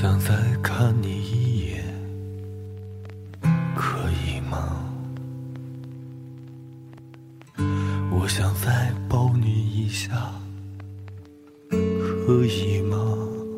想再看你一眼，可以吗？我想再抱你一下，可以吗？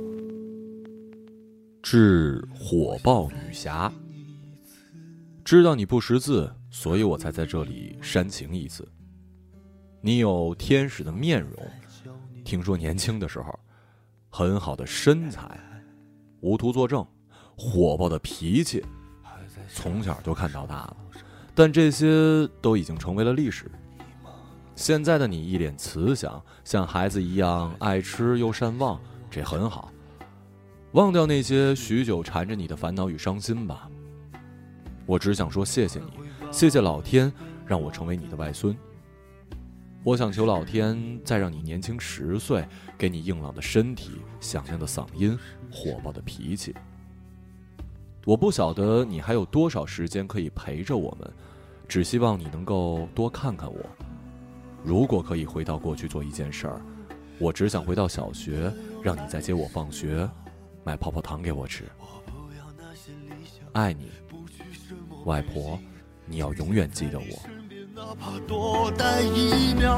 致火爆女侠。知道你不识字，所以我才在这里煽情一次。你有天使的面容，听说年轻的时候很好的身材，无图作证，火爆的脾气，从小就看到大了，但这些都已经成为了历史。现在的你一脸慈祥，像孩子一样爱吃又善忘，这很好。忘掉那些许久缠着你的烦恼与伤心吧。我只想说谢谢你，谢谢老天让我成为你的外孙。我想求老天再让你年轻10岁，给你硬朗的身体、响亮的嗓音、火爆的脾气。我不晓得你还有多少时间可以陪着我们，只希望你能够多看看我。如果可以回到过去做一件事儿，我只想回到小学，让你再接我放学，买泡泡糖给我吃。爱你，外婆，你要永远记得我。 哪怕多待一秒，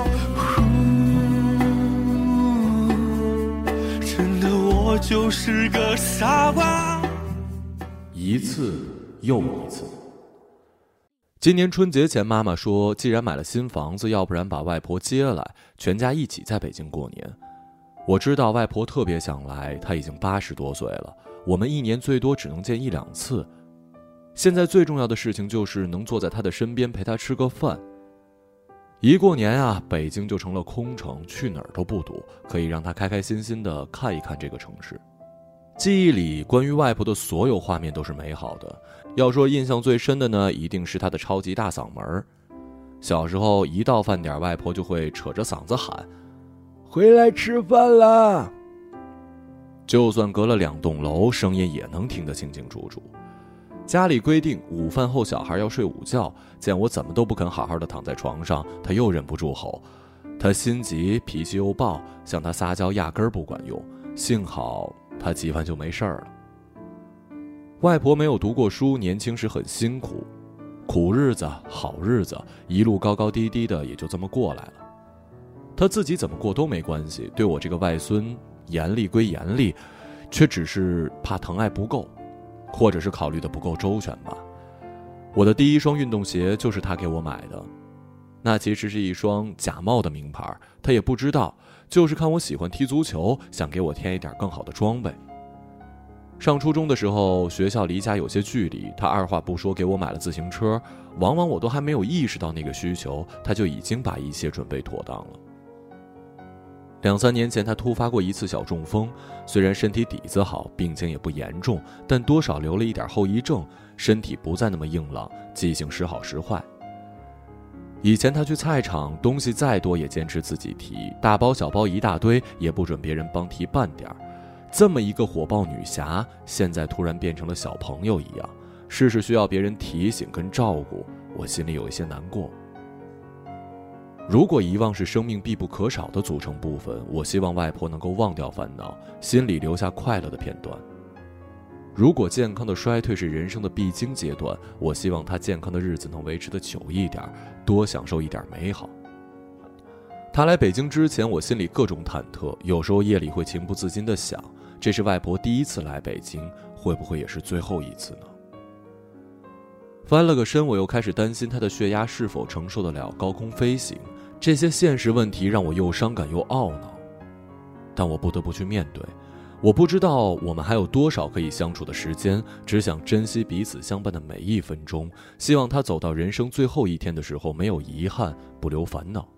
真的我就是个傻瓜。 一次又一次。今年春节前，妈妈说，既然买了新房子，要不然把外婆接来，全家一起在北京过年。我知道外婆特别想来，她已经80多岁了，我们一年最多只能见1、2次。现在最重要的事情就是能坐在她的身边陪她吃个饭。一过年啊，北京就成了空城，去哪儿都不堵，可以让她开开心心地看一看这个城市。记忆里关于外婆的所有画面都是美好的，要说印象最深的呢，一定是她的超级大嗓门。小时候一到饭点，外婆就会扯着嗓子喊，回来吃饭啦。就算隔了2栋楼，声音也能听得清清楚楚。家里规定午饭后小孩要睡午觉，见我怎么都不肯好好的躺在床上，他又忍不住吼。他心急，脾气又暴，向他撒娇压根儿不管用，幸好他急完就没事儿了。外婆没有读过书，年轻时很辛苦，苦日子好日子一路高高低低的也就这么过来了。他自己怎么过都没关系，对我这个外孙严厉归严厉，却只是怕疼爱不够，或者是考虑的不够周全吧。我的第一双运动鞋就是他给我买的，那其实是一双假冒的名牌，他也不知道，就是看我喜欢踢足球，想给我添一点更好的装备。上初中的时候，学校离家有些距离，他二话不说给我买了自行车，往往我都还没有意识到那个需求，他就已经把一切准备妥当了。2、3年前他突发过一次小中风，虽然身体底子好，病情也不严重，但多少留了一点后遗症，身体不再那么硬朗，记性时好时坏。以前他去菜场，东西再多也坚持自己提，大包小包一大堆，也不准别人帮提半点。这么一个火爆女侠，现在突然变成了小朋友一样，事事需要别人提醒跟照顾，我心里有一些难过。如果遗忘是生命必不可少的组成部分，我希望外婆能够忘掉烦恼，心里留下快乐的片段。如果健康的衰退是人生的必经阶段，我希望她健康的日子能维持得久一点，多享受一点美好。她来北京之前，我心里各种忐忑，有时候夜里会情不自禁地想，这是外婆第1次来北京，会不会也是最后一次呢？翻了个身，我又开始担心她的血压是否承受得了高空飞行，这些现实问题让我又伤感又懊恼，但我不得不去面对。我不知道我们还有多少可以相处的时间，只想珍惜彼此相伴的每一分钟，希望他走到人生最后一天的时候没有遗憾，不留烦恼。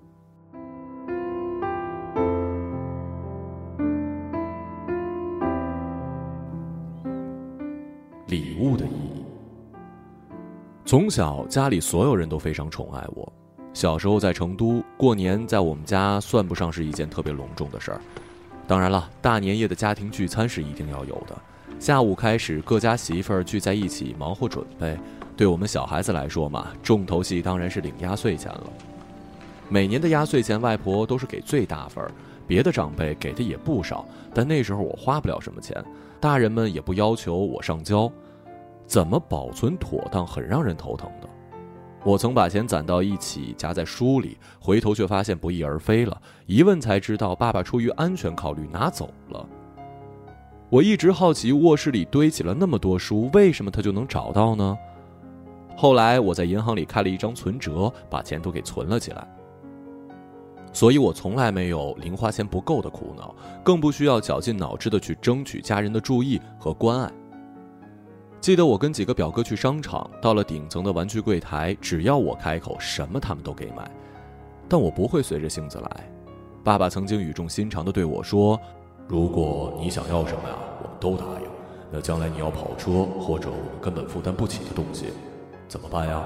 礼物的意义。从小家里所有人都非常宠爱我，小时候在成都过年，在我们家算不上是一件特别隆重的事儿。当然了，大年夜的家庭聚餐是一定要有的，下午开始各家媳妇儿聚在一起忙活准备，对我们小孩子来说嘛，重头戏当然是领压岁钱了。每年的压岁钱外婆都是给最大份， 别的长辈给的也不少，但那时候我花不了什么钱，大人们也不要求我上交，怎么保存妥当很让人头疼的。我曾把钱攒到一起夹在书里，回头却发现不翼而飞了，一问才知道爸爸出于安全考虑拿走了。我一直好奇卧室里堆起了那么多书，为什么他就能找到呢？后来我在银行里开了一张存折，把钱都给存了起来。所以我从来没有零花钱不够的苦恼，更不需要绞尽脑汁地去争取家人的注意和关爱。记得我跟几个表哥去商场，到了顶层的玩具柜台，只要我开口，什么他们都给买。但我不会随着性子来。爸爸曾经语重心长地对我说，如果你想要什么呀，我们都答应，那将来你要跑车或者我们根本负担不起的东西，怎么办呀？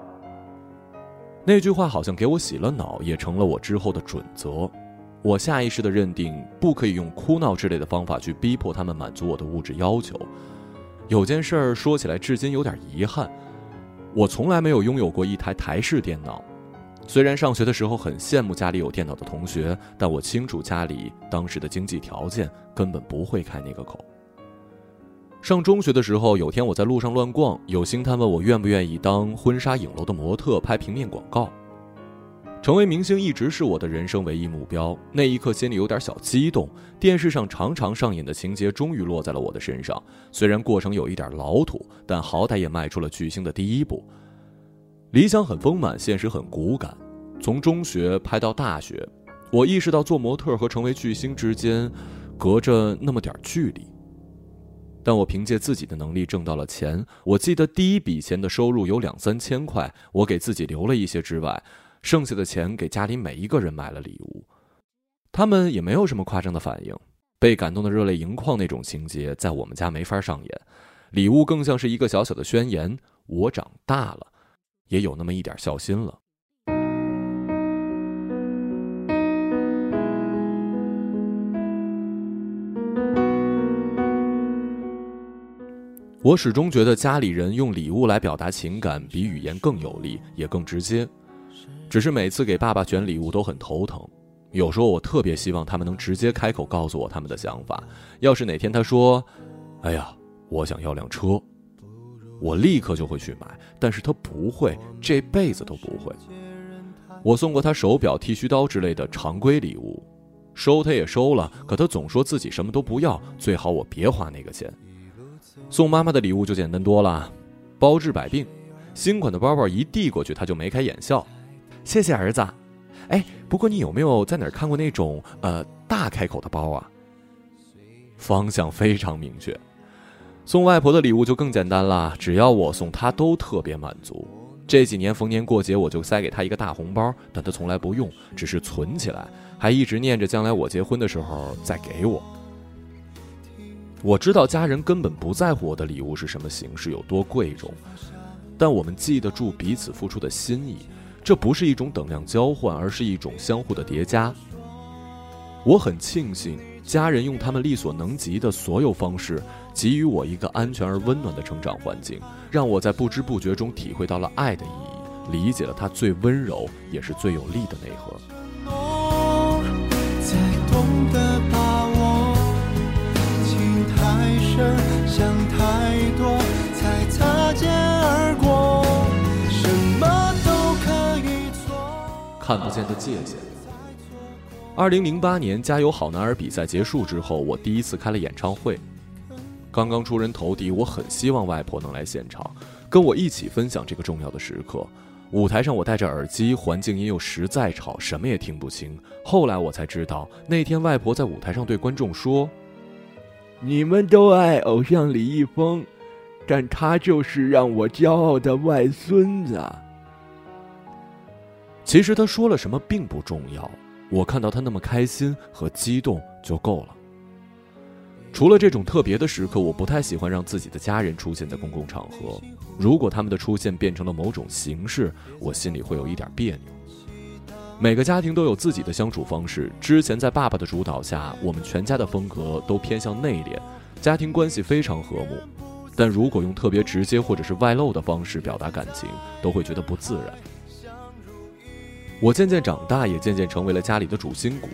那句话好像给我洗了脑，也成了我之后的准则。我下意识地认定，不可以用哭闹之类的方法去逼迫他们满足我的物质要求。有件事儿说起来至今有点遗憾，我从来没有拥有过一台台式电脑。虽然上学的时候很羡慕家里有电脑的同学，但我清楚家里当时的经济条件根本不会开那个口。上中学的时候，有天我在路上乱逛，有星探问我愿不愿意当婚纱影楼的模特，拍平面广告。成为明星一直是我的人生唯一目标，那一刻心里有点小激动。电视上常常上演的情节终于落在了我的身上，虽然过程有一点老土，但好歹也迈出了巨星的第一步。理想很丰满，现实很骨感。从中学拍到大学，我意识到做模特和成为巨星之间隔着那么点距离。但我凭借自己的能力挣到了钱，我记得第一笔钱的收入有2-3千块，我给自己留了一些之外，剩下的钱给家里每一个人买了礼物。他们也没有什么夸张的反应，被感动的热泪盈眶那种情节在我们家没法上演，礼物更像是一个小小的宣言，我长大了，也有那么一点孝心了。我始终觉得家里人用礼物来表达情感比语言更有力，也更直接。只是每次给爸爸选礼物都很头疼，有时候我特别希望他们能直接开口告诉我他们的想法。要是哪天他说，哎呀，我想要辆车，我立刻就会去买，但是他不会，这辈子都不会。我送过他手表、剃须刀之类的常规礼物，收他也收了，可他总说自己什么都不要，最好我别花那个钱。送妈妈的礼物就简单多了，包治百病。新款的包包一递过去，他就眉开眼笑，谢谢儿子。哎，不过你有没有在哪儿看过那种大开口的包啊？方向非常明确。送外婆的礼物就更简单了，只要我送她都特别满足。这几年逢年过节我就塞给她一个大红包，但她从来不用，只是存起来，还一直念着将来我结婚的时候再给我。我知道家人根本不在乎我的礼物是什么形式，有多贵重，但我们记得住彼此付出的心意，这不是一种等量交换，而是一种相互的叠加。我很庆幸家人用他们力所能及的所有方式给予我一个安全而温暖的成长环境，让我在不知不觉中体会到了爱的意义，理解了它最温柔也是最有力的内核。才懂得把握，情太深想太多，才擦肩而过，什么都可以做。看不见的界限。2008年加油好男儿比赛结束之后，我第一次开了演唱会。刚刚出人头地，我很希望外婆能来现场，跟我一起分享这个重要的时刻。舞台上我戴着耳机，环境音又实在吵，什么也听不清。后来我才知道，那天外婆在舞台上对观众说，你们都爱偶像李易峰，但他就是让我骄傲的外孙子。其实他说了什么并不重要，我看到他那么开心和激动就够了。除了这种特别的时刻，我不太喜欢让自己的家人出现在公共场合。如果他们的出现变成了某种形式，我心里会有一点别扭。每个家庭都有自己的相处方式，之前在爸爸的主导下，我们全家的风格都偏向内敛，家庭关系非常和睦。但如果用特别直接或者是外露的方式表达感情，都会觉得不自然。我渐渐长大，也渐渐成为了家里的主心骨。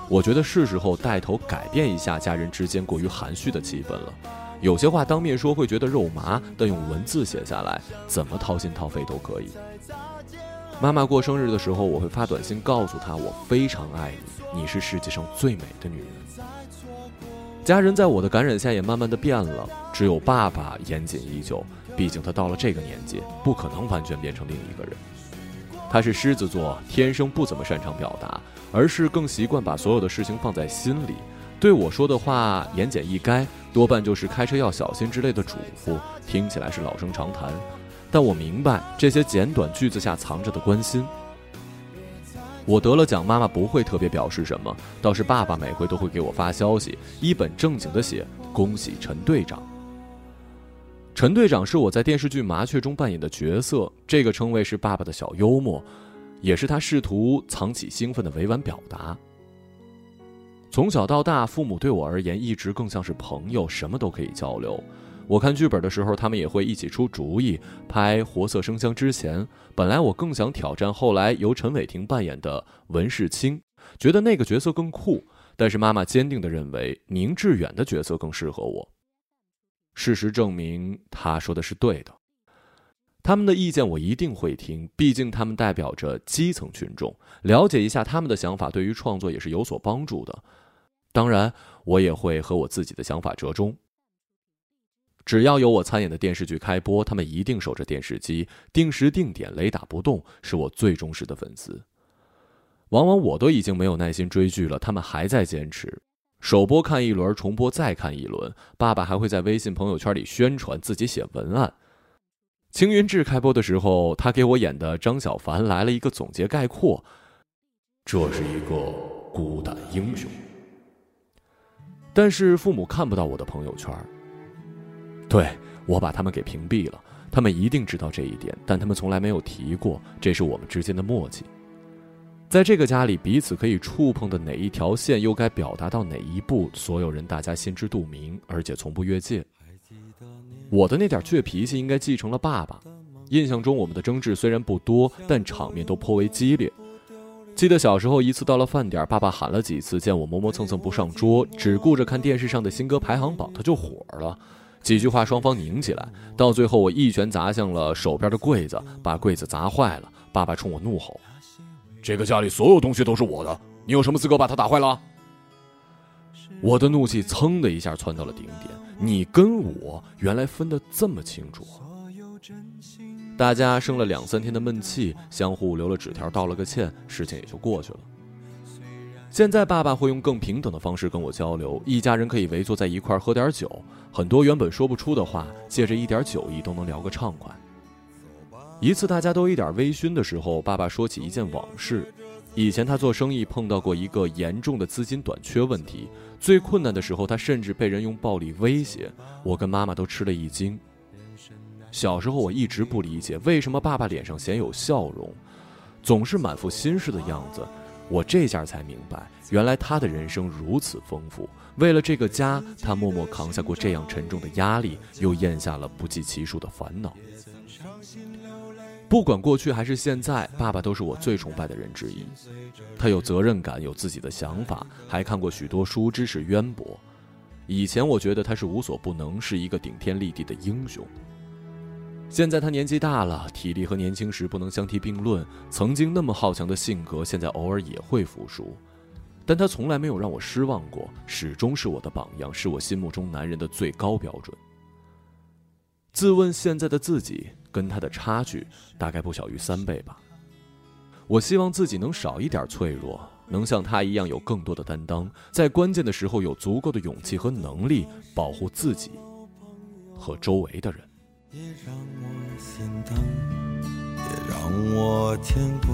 我觉得是时候带头改变一下家人之间过于含蓄的气氛了。有些话当面说会觉得肉麻，但用文字写下来，怎么掏心掏肺都可以。妈妈过生日的时候，我会发短信告诉她我非常爱你，你是世界上最美的女人。家人在我的感染下也慢慢的变了，只有爸爸严谨依旧，毕竟他到了这个年纪，不可能完全变成另一个人。他是狮子座，天生不怎么擅长表达，而是更习惯把所有的事情放在心里。对我说的话言简意赅，多半就是开车要小心之类的嘱咐，听起来是老生常谈，但我明白这些简短句子下藏着的关心。我得了奖，妈妈不会特别表示什么，倒是爸爸每回都会给我发消息，一本正经地写恭喜陈队长。陈队长是我在电视剧《麻雀》中扮演的角色，这个称谓是爸爸的小幽默，也是他试图藏起兴奋的委婉表达。从小到大，父母对我而言一直更像是朋友，什么都可以交流。我看剧本的时候，他们也会一起出主意。拍《活色生香》之前，本来我更想挑战后来由陈伟霆扮演的文世清，觉得那个角色更酷，但是妈妈坚定地认为宁致远的角色更适合我。事实证明，她说的是对的。他们的意见我一定会听，毕竟他们代表着基层群众，了解一下他们的想法对于创作也是有所帮助的。当然，我也会和我自己的想法折中。只要有我参演的电视剧开播，他们一定守着电视机，定时定点，雷打不动，是我最忠实的粉丝。往往我都已经没有耐心追剧了，他们还在坚持。首播看一轮，重播再看一轮，爸爸还会在微信朋友圈里宣传，自己写文案。青云志开播的时候，他给我演的张小凡来了一个总结概括：这是一个孤胆英雄。但是父母看不到我的朋友圈，对，我把他们给屏蔽了，他们一定知道这一点，但他们从来没有提过，这是我们之间的默契。在这个家里，彼此可以触碰的哪一条线，又该表达到哪一步，所有人大家心知肚明，而且从不越界。我的那点倔脾气应该继承了爸爸。印象中我们的争执虽然不多，但场面都颇为激烈。记得小时候一次到了饭点，爸爸喊了几次，见我磨磨蹭蹭不上桌，只顾着看电视上的新歌排行榜，他就火了。几句话双方拧起来，到最后我一拳砸向了手边的柜子，把柜子砸坏了。爸爸冲我怒吼：这个家里所有东西都是我的，你有什么资格把它打坏了？我的怒气噌的一下窜到了顶点，你跟我原来分得这么清楚。大家生了2-3天的闷气，相互留了纸条，道了个歉，事情也就过去了。现在爸爸会用更平等的方式跟我交流，一家人可以围坐在一块喝点酒，很多原本说不出的话，借着一点酒意都能聊个畅快。一次大家都一点微醺的时候，爸爸说起一件往事。以前他做生意碰到过一个严重的资金短缺问题，最困难的时候他甚至被人用暴力威胁，我跟妈妈都吃了一惊。小时候我一直不理解为什么爸爸脸上鲜有笑容，总是满腹心事的样子。我这下才明白，原来他的人生如此丰富，为了这个家，他默默扛下过这样沉重的压力，又咽下了不计其数的烦恼。不管过去还是现在，爸爸都是我最崇拜的人之一。他有责任感，有自己的想法，还看过许多书，知识渊博。以前我觉得他是无所不能，是一个顶天立地的英雄。现在他年纪大了，体力和年轻时不能相提并论，曾经那么好强的性格，现在偶尔也会服输。但他从来没有让我失望过，始终是我的榜样，是我心目中男人的最高标准。自问现在的自己跟他的差距大概不小于3倍吧。我希望自己能少一点脆弱，能像他一样有更多的担当，在关键的时候有足够的勇气和能力保护自己和周围的人。 也让我心疼，也让我牵挂，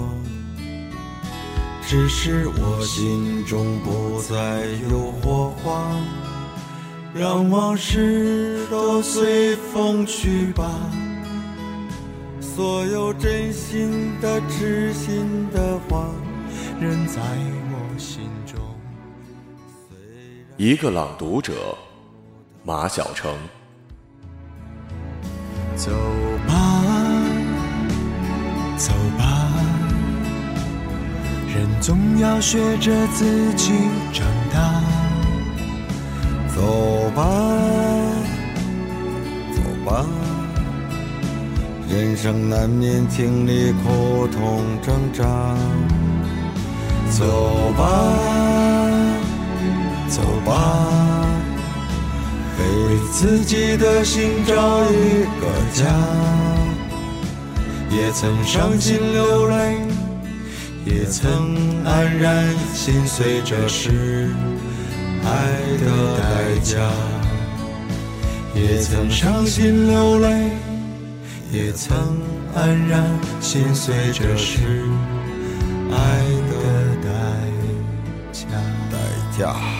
只是我心中不再有火花，让往事都随风去吧，所有真心的痴心的话仍在我心中。 一个朗读者，马晓成。 走吧，走吧， 人总要学着自己长大。走吧，走吧，人生难免经历苦痛挣扎。走吧，走吧，为自己的心找一个家。也曾伤心流泪，也曾黯然心碎，这是爱的代价。也曾伤心流泪，也曾黯然心碎，这是爱的代价。